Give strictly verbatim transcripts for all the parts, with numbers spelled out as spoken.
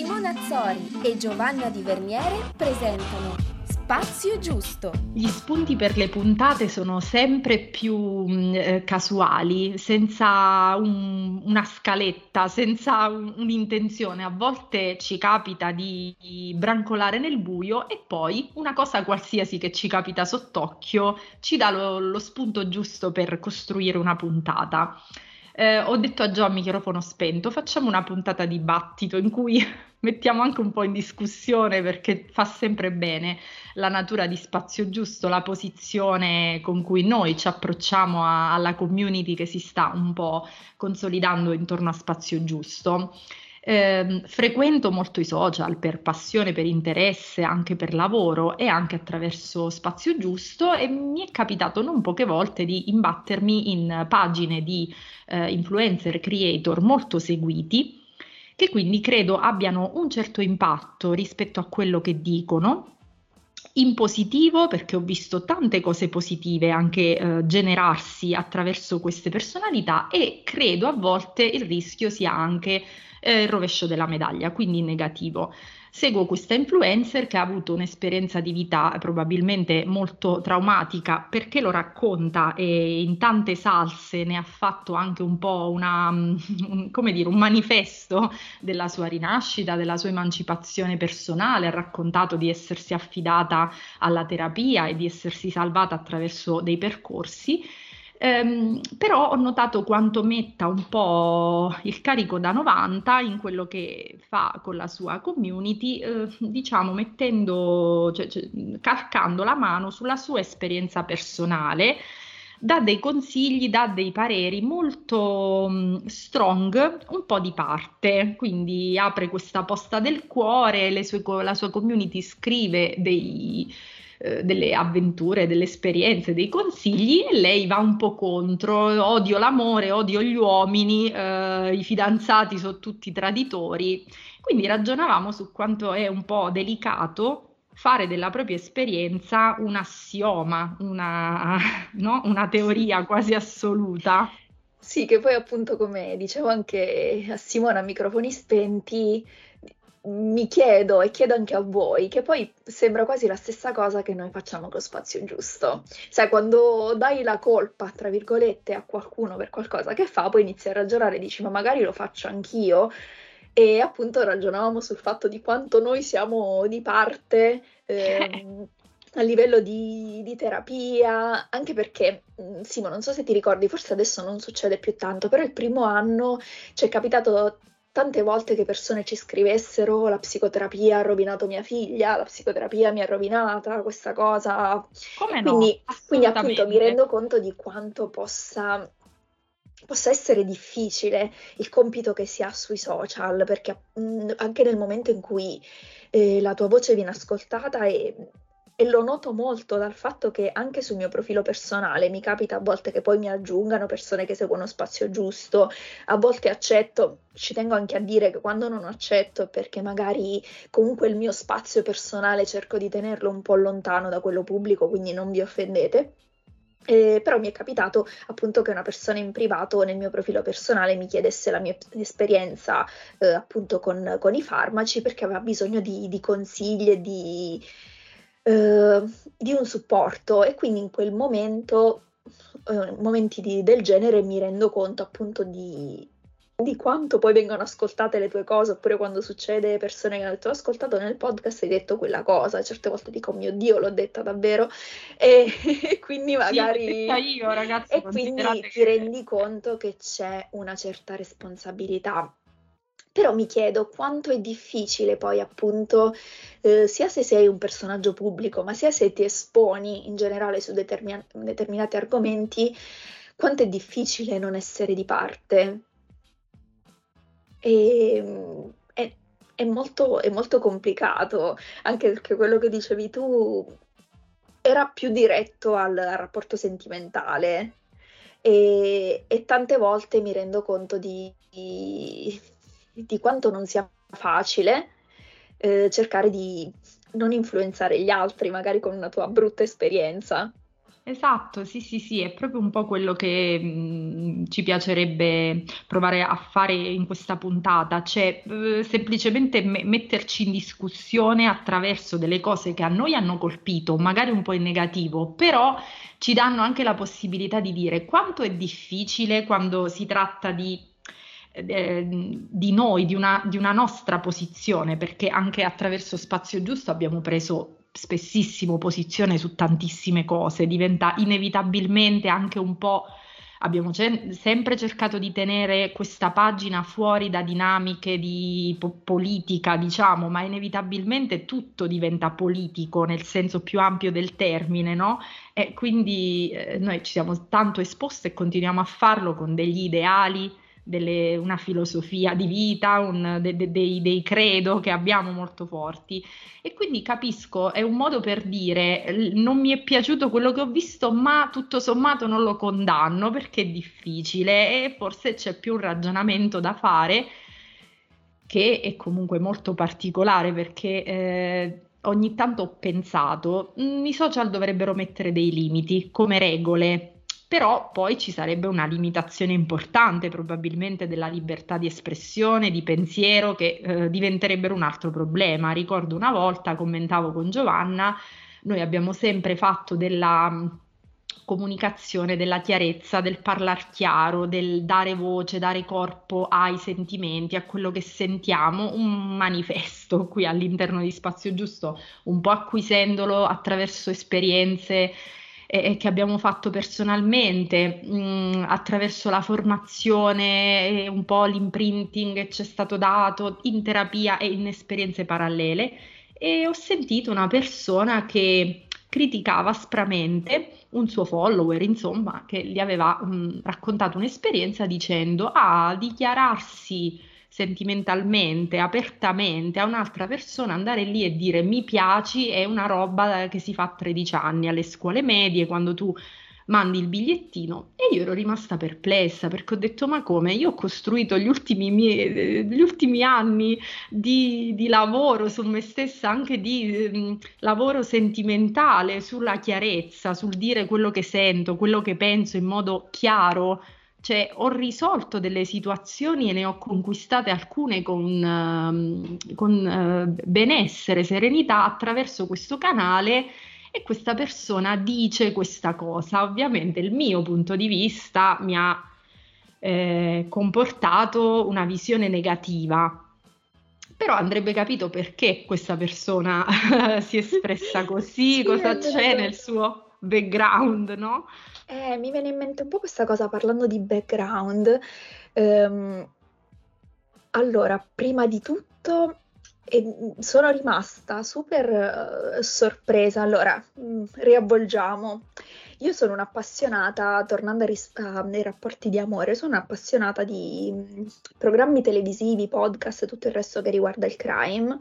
Simona Azzori e Giovanna Di Verniere presentano Spazio Giusto. Gli spunti per le puntate sono sempre più eh, casuali, senza un- una scaletta, senza un- un'intenzione. A volte ci capita di brancolare nel buio e poi una cosa qualsiasi che ci capita sott'occhio ci dà lo, lo spunto giusto per costruire una puntata. Eh, ho detto a Gio a microfono spento, facciamo una puntata dibattito in cui mettiamo anche un po' in discussione perché fa sempre bene la natura di Spazio Giusto, la posizione con cui noi ci approcciamo a- alla community che si sta un po' consolidando intorno a Spazio Giusto. Eh, frequento molto i social per passione, per interesse, anche per lavoro e anche attraverso Spazio Giusto e mi è capitato non poche volte di imbattermi in pagine di eh, influencer creator molto seguiti che quindi credo abbiano un certo impatto rispetto a quello che dicono in positivo, perché ho visto tante cose positive anche eh, generarsi attraverso queste personalità e credo a volte il rischio sia anche eh, il rovescio della medaglia, quindi in negativo. Seguo questa influencer che ha avuto un'esperienza di vita probabilmente molto traumatica perché lo racconta e in tante salse ne ha fatto anche un po' una, un, come dire, un manifesto della sua rinascita, della sua emancipazione personale, ha raccontato di essersi affidata alla terapia e di essersi salvata attraverso dei percorsi. Ehm, però ho notato quanto metta un po' il carico da novanta in quello che fa con la sua community, eh, diciamo mettendo, cioè, cioè, calcando la mano sulla sua esperienza personale, dà dei consigli, dà dei pareri molto mh, strong, un po' di parte, quindi apre questa posta del cuore, le sue co- la sua community scrive dei, eh, delle avventure, delle esperienze, dei consigli e lei va un po' contro, odio l'amore, odio gli uomini, eh, i fidanzati sono tutti traditori, quindi ragionavamo su quanto è un po' delicato fare della propria esperienza un assioma, una, no? Una teoria quasi assoluta. Sì, che poi appunto come dicevo anche a Simona a microfoni spenti, mi chiedo e chiedo anche a voi, che poi sembra quasi la stessa cosa che noi facciamo con Spazio Giusto. Sai, quando dai la colpa, tra virgolette, a qualcuno per qualcosa che fa, poi inizi a ragionare e dici, ma magari lo faccio anch'io. E appunto ragionavamo sul fatto di quanto noi siamo di parte ehm, a livello di, di terapia, anche perché, mh, Simo, non so se ti ricordi, forse adesso non succede più tanto, però il primo anno ci è capitato tante volte che persone ci scrivessero la psicoterapia ha rovinato mia figlia, la psicoterapia mi ha rovinata, questa cosa. E Come no? quindi, quindi appunto mi Assolutamente. rendo conto di quanto possa, possa essere difficile il compito che si ha sui social, perché mh, anche nel momento in cui eh, la tua voce viene ascoltata e, e lo noto molto dal fatto che anche sul mio profilo personale mi capita a volte che poi mi aggiungano persone che seguono Spazio Giusto, a volte accetto, ci tengo anche a dire che quando non accetto è perché magari comunque il mio spazio personale cerco di tenerlo un po' lontano da quello pubblico, quindi non vi offendete. Eh, però mi è capitato appunto che una persona in privato nel mio profilo personale mi chiedesse la mia esperienza eh, appunto con, con i farmaci perché aveva bisogno di, di consigli e di, eh, di un supporto e quindi in quel momento, eh, momenti di- del genere mi rendo conto appunto di, di quanto poi vengono ascoltate le tue cose, oppure quando succede persone che hanno detto ho ascoltato nel podcast e hai detto quella cosa, certe volte dico oh mio Dio l'ho detta davvero e, e quindi Sì, l'ho detta magari io, ragazzi, e quindi considerate ti che rendi conto che c'è una certa responsabilità. Però mi chiedo quanto è difficile poi appunto, eh, sia se sei un personaggio pubblico, ma sia se ti esponi in generale su determina- determinati argomenti, quanto è difficile non essere di parte. E, mm, è, è molto, è molto complicato, anche perché quello che dicevi tu era più diretto al, al rapporto sentimentale e, e tante volte mi rendo conto di, di, di quanto non sia facile eh, cercare di non influenzare gli altri, magari con una tua brutta esperienza. Esatto, sì, sì, sì, è proprio un po' quello che mh, ci piacerebbe provare a fare in questa puntata, cioè eh, semplicemente me- metterci in discussione attraverso delle cose che a noi hanno colpito, magari un po' in negativo, però ci danno anche la possibilità di dire quanto è difficile quando si tratta di, eh, di noi, di una, di una nostra posizione, perché anche attraverso Spazio Giusto abbiamo preso spessissimo posizione su tantissime cose, diventa inevitabilmente anche un po'. Abbiamo ce- sempre cercato di tenere questa pagina fuori da dinamiche di po- politica, diciamo, ma inevitabilmente tutto diventa politico nel senso più ampio del termine, no? E quindi eh, noi ci siamo tanto esposti e continuiamo a farlo con degli ideali, delle- una filosofia di vita, un- de- de- dei, dei credo che abbiamo molto forti. E quindi capisco, è un modo per dire, l- non mi è piaciuto quello che ho visto, ma tutto sommato non lo condanno perché è difficile e forse c'è più un ragionamento da fare che è comunque molto particolare perché eh, ogni tanto ho pensato, "Mm, i social dovrebbero mettere dei limiti come regole, però poi ci sarebbe una limitazione importante probabilmente della libertà di espressione, di pensiero, che eh, diventerebbero un altro problema. Ricordo una volta, commentavo con Giovanna, noi abbiamo sempre fatto della mh, comunicazione, della chiarezza, del parlar chiaro, del dare voce, dare corpo ai sentimenti, a quello che sentiamo, un manifesto qui all'interno di Spazio Giusto, un po' acquisendolo attraverso esperienze eh, che abbiamo fatto personalmente, mh, attraverso la formazione, e un po' l'imprinting che ci è stato dato in terapia e in esperienze parallele. E ho sentito una persona che criticava aspramente un suo follower, insomma, che gli aveva mh, raccontato un'esperienza dicendo: "Ah, dichiararsi sentimentalmente, apertamente a un'altra persona, andare lì e dire mi piaci è una roba che si fa a tredici anni alle scuole medie, quando tu mandi il bigliettino". E io ero rimasta perplessa perché ho detto: ma come? Io ho costruito gli ultimi, mie- gli ultimi anni di, di lavoro su me stessa, anche di ehm, lavoro sentimentale, sulla chiarezza, sul dire quello che sento, quello che penso in modo chiaro. Cioè, ho risolto delle situazioni e ne ho conquistate alcune con, ehm, con, eh, benessere, serenità attraverso questo canale e questa persona dice questa cosa. Ovviamente il mio punto di vista mi ha eh, comportato una visione negativa. Però andrebbe capito perché questa persona si è espressa così, Sì, è cosa c'è vero. nel suo background, no? Eh, mi viene in mente un po' questa cosa parlando di background. Ehm, allora, prima di tutto, ehm, sono rimasta super eh, sorpresa. Allora, mm, riavvolgiamo. Io sono un'appassionata, tornando ai, ris- a- ai rapporti di amore, sono un'appassionata di mm, programmi televisivi, podcast e tutto il resto che riguarda il crime,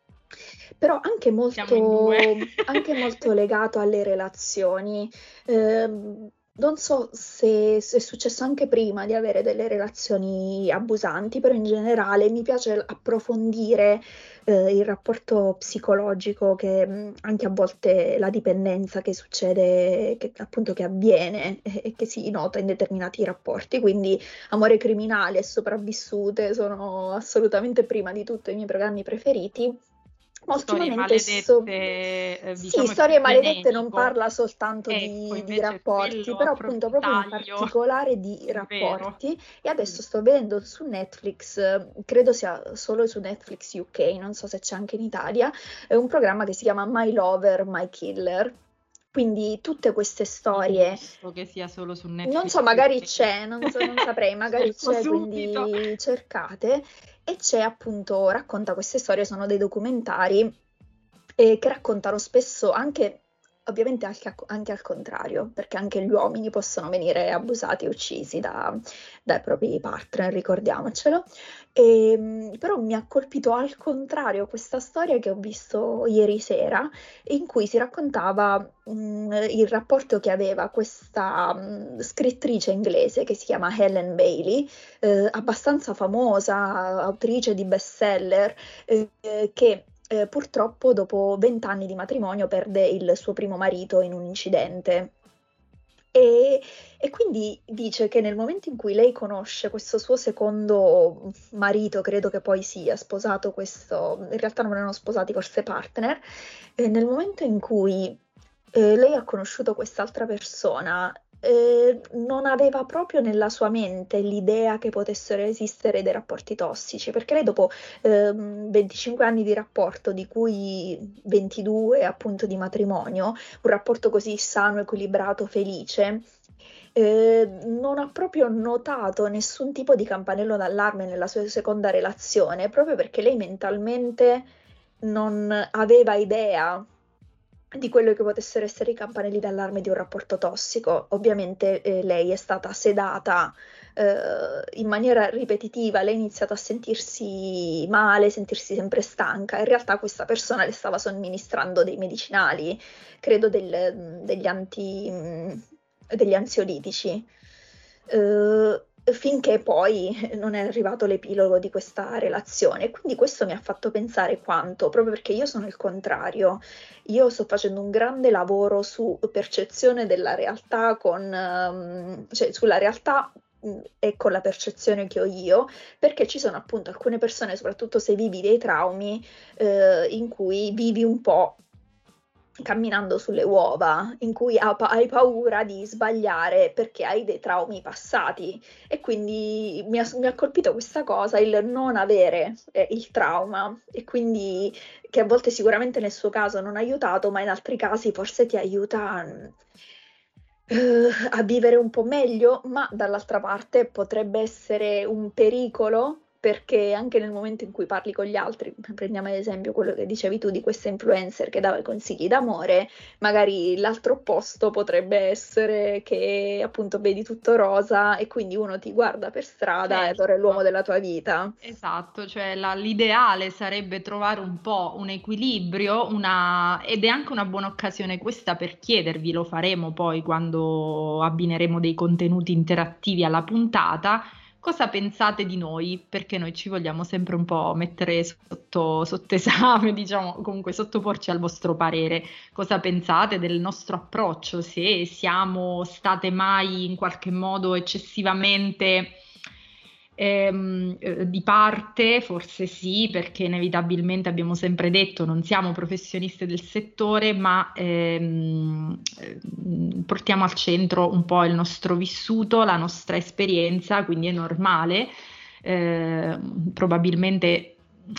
però anche Siamo in due. molto, anche molto legato alle relazioni. Ehm, non so se, se è successo anche prima di avere delle relazioni abusanti, però in generale mi piace approfondire eh, il rapporto psicologico, che mh, anche a volte la dipendenza che succede, che appunto che avviene e, e che si nota in determinati rapporti. Quindi Amore criminale e Sopravvissute sono assolutamente prima di tutto i miei programmi preferiti. Ma Storie ultimamente sto... maledette, eh, Sì, diciamo è più Storie maledette non generico. parla soltanto Ecco, di, di invece rapporti, quello ha però proprio appunto un proprio in taglio particolare di vero. rapporti. E Mm. adesso sto vedendo su Netflix, eh, credo sia solo su Netflix U K, non so se c'è anche in Italia, è un programma che si chiama My Lover, My Killer. Quindi tutte queste Il storie, gusto che sia solo su non so, Netflix magari U K. c'è, non so- non saprei, magari Cerco c'è, subito. quindi cercate. E c'è appunto, racconta queste storie, sono dei documentari eh, che raccontano spesso anche, ovviamente anche, anche al contrario, perché anche gli uomini possono venire abusati e uccisi da- dai propri partner, ricordiamocelo. E, però mi ha colpito al contrario questa storia che ho visto ieri sera, in cui si raccontava mh, il rapporto che aveva questa mh, scrittrice inglese che si chiama Helen Bailey, eh, abbastanza famosa, autrice di bestseller, eh, che eh, purtroppo dopo vent'anni di matrimonio perde il suo primo marito in un incidente. E, e quindi dice che nel momento in cui lei conosce questo suo secondo marito, credo che poi sia sposato questo, in realtà non erano sposati, forse partner, e nel momento in cui eh, lei ha conosciuto quest'altra persona, eh, non aveva proprio nella sua mente l'idea che potessero esistere dei rapporti tossici, perché lei dopo ehm, venticinque anni di rapporto, di cui ventidue appunto di matrimonio, un rapporto così sano, equilibrato, felice, eh, non ha proprio notato nessun tipo di campanello d'allarme nella sua seconda relazione, proprio perché lei mentalmente non aveva idea di quello che potessero essere i campanelli d'allarme di un rapporto tossico. Ovviamente eh, lei è stata sedata eh, in maniera ripetitiva, lei ha iniziato a sentirsi male, sentirsi sempre stanca. In realtà questa persona le stava somministrando dei medicinali, credo del- degli anti, degli ansiolitici. Eh, Finché poi non è arrivato l'epilogo di questa relazione. Quindi questo mi ha fatto pensare quanto, proprio perché io sono il contrario, io sto facendo un grande lavoro su percezione della realtà con, ehm, cioè sulla realtà mh, e con la percezione che ho io, perché ci sono appunto alcune persone, soprattutto se vivi dei traumi, eh, in cui vivi un po' camminando sulle uova, in cui ha pa- hai paura di sbagliare perché hai dei traumi passati. E quindi mi ha, mi ha colpito questa cosa, il non avere eh, il trauma, e quindi che a volte sicuramente nel suo caso non ha aiutato, ma in altri casi forse ti aiuta eh, a vivere un po' meglio, ma dall'altra parte potrebbe essere un pericolo. Perché anche nel momento in cui parli con gli altri, prendiamo ad esempio quello che dicevi tu di questa influencer che dava i consigli d'amore, magari l'altro opposto potrebbe essere che appunto vedi tutto rosa e quindi uno ti guarda per strada e allora è l'uomo Certo. della tua vita. Esatto, cioè la- l'ideale sarebbe trovare un po' un equilibrio, una- ed è anche una buona occasione questa per chiedervi, lo faremo poi quando abbineremo dei contenuti interattivi alla puntata, cosa pensate di noi? Perché noi ci vogliamo sempre un po' mettere sotto, sotto esame, diciamo, comunque sottoporci al vostro parere. Cosa pensate del nostro approccio? Se siamo state mai in qualche modo eccessivamente ehm, eh, di parte, forse sì, perché inevitabilmente abbiamo sempre detto non siamo professioniste del settore, ma ehm, ehm, portiamo al centro un po' il nostro vissuto, la nostra esperienza, quindi è normale eh, probabilmente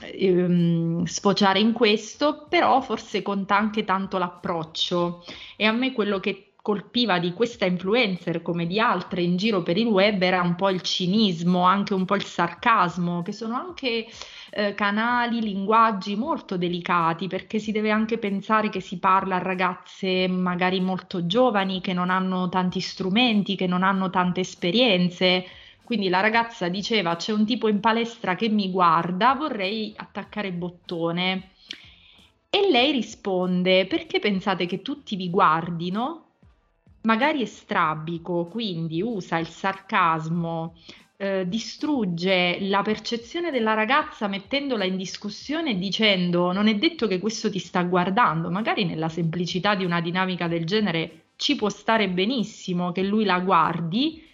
ehm, sfociare in questo, però forse conta anche tanto l'approccio. E a me quello che colpiva di questa influencer come di altre in giro per il web era un po' il cinismo, anche un po' il sarcasmo, che sono anche eh, canali, linguaggi molto delicati, perché si deve anche pensare che si parla a ragazze magari molto giovani, che non hanno tanti strumenti, che non hanno tante esperienze. Quindi la ragazza diceva: c'è un tipo in palestra che mi guarda, vorrei attaccare il bottone. E lei risponde: perché pensate che tutti vi guardino? Magari è strabico, quindi usa il sarcasmo, eh, distrugge la percezione della ragazza mettendola in discussione e dicendo: non è detto che questo ti sta guardando, magari nella semplicità di una dinamica del genere ci può stare benissimo che lui la guardi.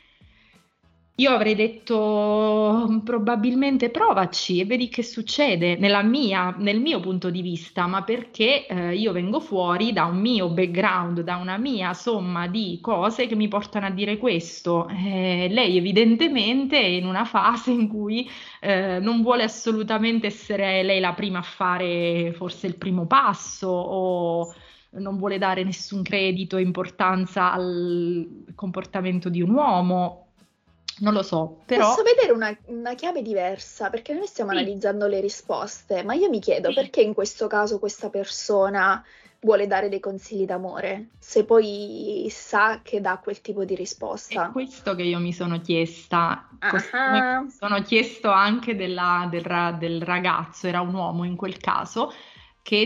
Io avrei detto "Mm, probabilmente provaci e vedi che succede nella mia- nel mio punto di vista, ma perché eh, io vengo fuori da un mio background, da una mia somma di cose che mi portano a dire questo. Eh, lei evidentemente è in una fase in cui eh, non vuole assolutamente essere lei la prima a fare forse il primo passo o non vuole dare nessun credito e importanza al comportamento di un uomo. Non lo so, Posso però vedere una, una chiave diversa, perché noi stiamo sì, analizzando le risposte, ma io mi chiedo sì, perché in questo caso questa persona vuole dare dei consigli d'amore, se poi sa che dà quel tipo di è risposta. questo che io mi sono chiesta, così come mi Ah, sono chiesto anche della- del, ra- del ragazzo, era un uomo in quel caso, che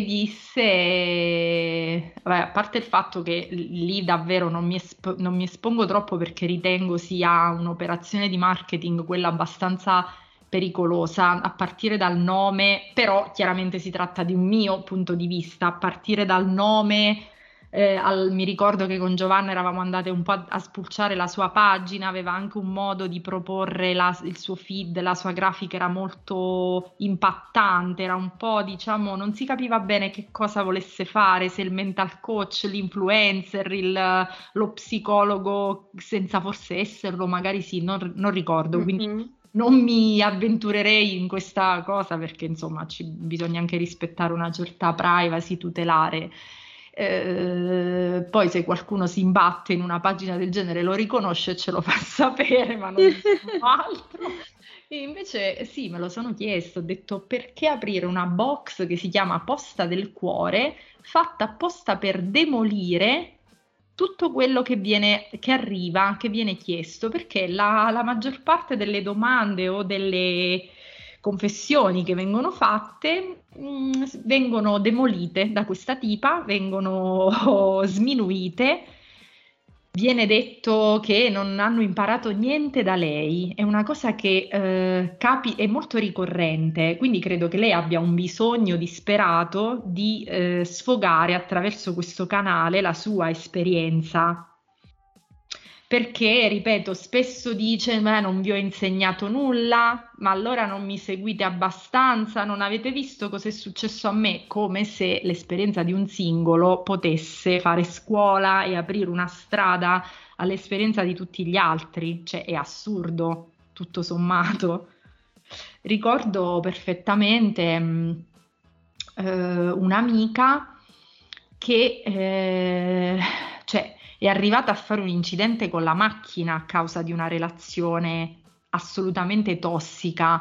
disse, vabbè, a parte il fatto che lì davvero non mi, esp- non mi espongo troppo perché ritengo sia un'operazione di marketing, quella abbastanza pericolosa, a partire dal nome, però chiaramente si tratta di un mio punto di vista, a partire dal nome Eh, al- mi ricordo che con Giovanna eravamo andate un po' a, a spulciare la sua pagina, aveva anche un modo di proporre la- il suo feed, la sua grafica era molto impattante, era un po', diciamo, non si capiva bene che cosa volesse fare, se il mental coach, l'influencer, il- lo psicologo, senza forse esserlo, magari sì, non, non ricordo, quindi Mm-mm. non mi avventurerei in questa cosa perché insomma ci, bisogna anche rispettare una certa privacy, tutelare. Eh, poi se qualcuno si imbatte in una pagina del genere lo riconosce e ce lo fa sapere, ma non diciamo altro. E invece sì, me lo sono chiesto, ho detto perché aprire una box che si chiama Posta del Cuore, fatta apposta per demolire tutto quello che viene, che arriva, che viene chiesto, perché la, la maggior parte delle domande o delle confessioni che vengono fatte mh, vengono demolite da questa tipa, vengono sminuite. Viene detto che non hanno imparato niente da lei, è una cosa che eh, capi- è molto ricorrente, quindi credo che lei abbia un bisogno disperato di eh, sfogare attraverso questo canale la sua esperienza. Perché, ripeto, spesso dice: "Beh, non vi ho insegnato nulla, ma allora non mi seguite abbastanza, non avete visto cosa è successo a me", come se l'esperienza di un singolo potesse fare scuola e aprire una strada all'esperienza di tutti gli altri. Cioè, è assurdo, tutto sommato. Ricordo perfettamente mh, eh, un'amica che eh, cioè, è arrivata a fare un incidente con la macchina a causa di una relazione assolutamente tossica,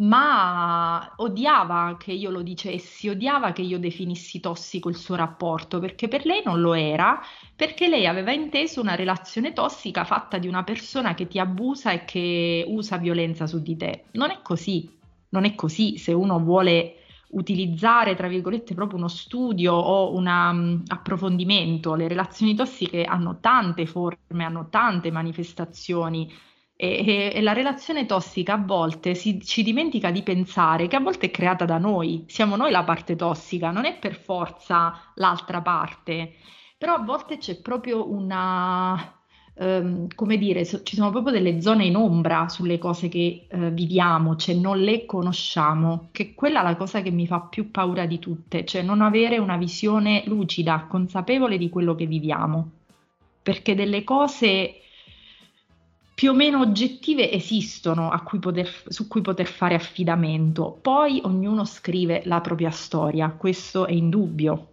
ma odiava che io lo dicessi, odiava che io definissi tossico il suo rapporto, perché per lei non lo era, perché lei aveva inteso una relazione tossica fatta di una persona che ti abusa e che usa violenza su di te. Non è così, non è così se uno vuole utilizzare, tra virgolette, proprio uno studio o un um, approfondimento. Le relazioni tossiche hanno tante forme, hanno tante manifestazioni e, e- e la relazione tossica a volte si, ci dimentica di pensare che a volte è creata da noi, siamo noi la parte tossica, non è per forza l'altra parte, però a volte c'è proprio una ehm, come dire, so- ci sono proprio delle zone in ombra sulle cose che eh, viviamo, cioè non le conosciamo, che quella è la cosa che mi fa più paura di tutte, cioè non avere una visione lucida, consapevole di quello che viviamo, perché delle cose più o meno oggettive esistono a cui poter- su cui poter fare affidamento, poi ognuno scrive la propria storia, questo è indubbio.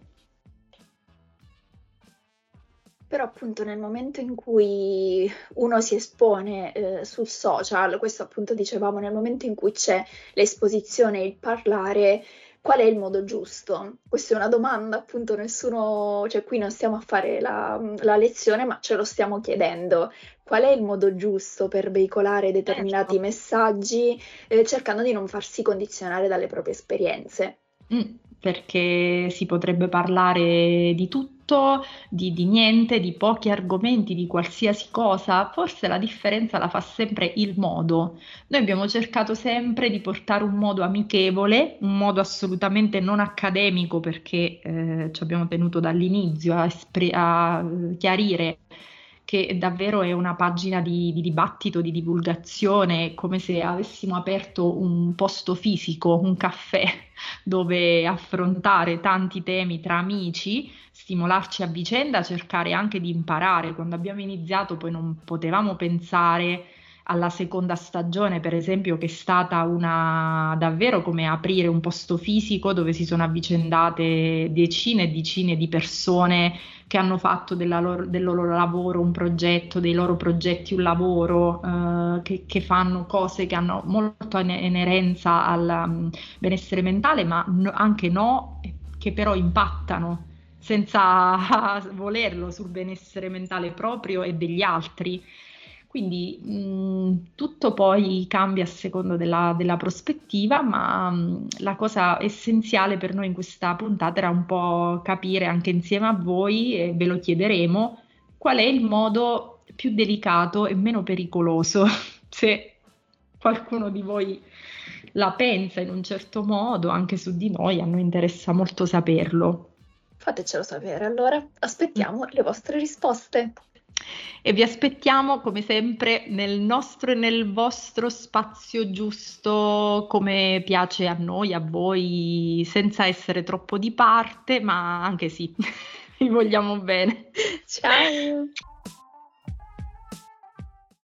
Però appunto nel momento in cui uno si espone eh, sul social, questo appunto dicevamo, nel momento in cui c'è l'esposizione, il parlare, qual è il modo giusto? Questa è una domanda, appunto nessuno, cioè qui non stiamo a fare la, la lezione, ma ce lo stiamo chiedendo. Qual è il modo giusto per veicolare determinati Certo. messaggi, eh, cercando di non farsi condizionare dalle proprie esperienze? Mm, perché si potrebbe parlare di tutto, di, di niente, di pochi argomenti, di qualsiasi cosa. Forse la differenza la fa sempre il modo. Noi abbiamo cercato sempre di portare un modo amichevole, un modo assolutamente non accademico, perché eh, ci abbiamo tenuto dall'inizio a, espri- a eh, chiarire che davvero è una pagina di, di dibattito, di divulgazione, come se avessimo aperto un posto fisico, un caffè dove affrontare tanti temi tra amici, stimolarci a vicenda, cercare anche di imparare. Quando abbiamo iniziato poi non potevamo pensare alla seconda stagione, per esempio, che è stata una davvero come aprire un posto fisico dove si sono avvicendate decine e decine di persone che hanno fatto della loro- del loro lavoro un progetto, dei loro progetti un lavoro, eh, che, che fanno cose che hanno molto inerenza al um, benessere mentale, ma no- anche no, che però impattano senza volerlo sul benessere mentale proprio e degli altri. Quindi mh, tutto poi cambia a secondo della, della prospettiva, ma mh, la cosa essenziale per noi in questa puntata era un po' capire anche insieme a voi, e ve lo chiederemo, qual è il modo più delicato e meno pericoloso, se qualcuno di voi la pensa in un certo modo, anche su di noi, a noi interessa molto saperlo. Fatecelo sapere, allora aspettiamo le vostre risposte. E vi aspettiamo come sempre nel nostro e nel vostro spazio giusto, come piace a noi, a voi, senza essere troppo di parte, ma anche sì, vi vogliamo bene. Ciao!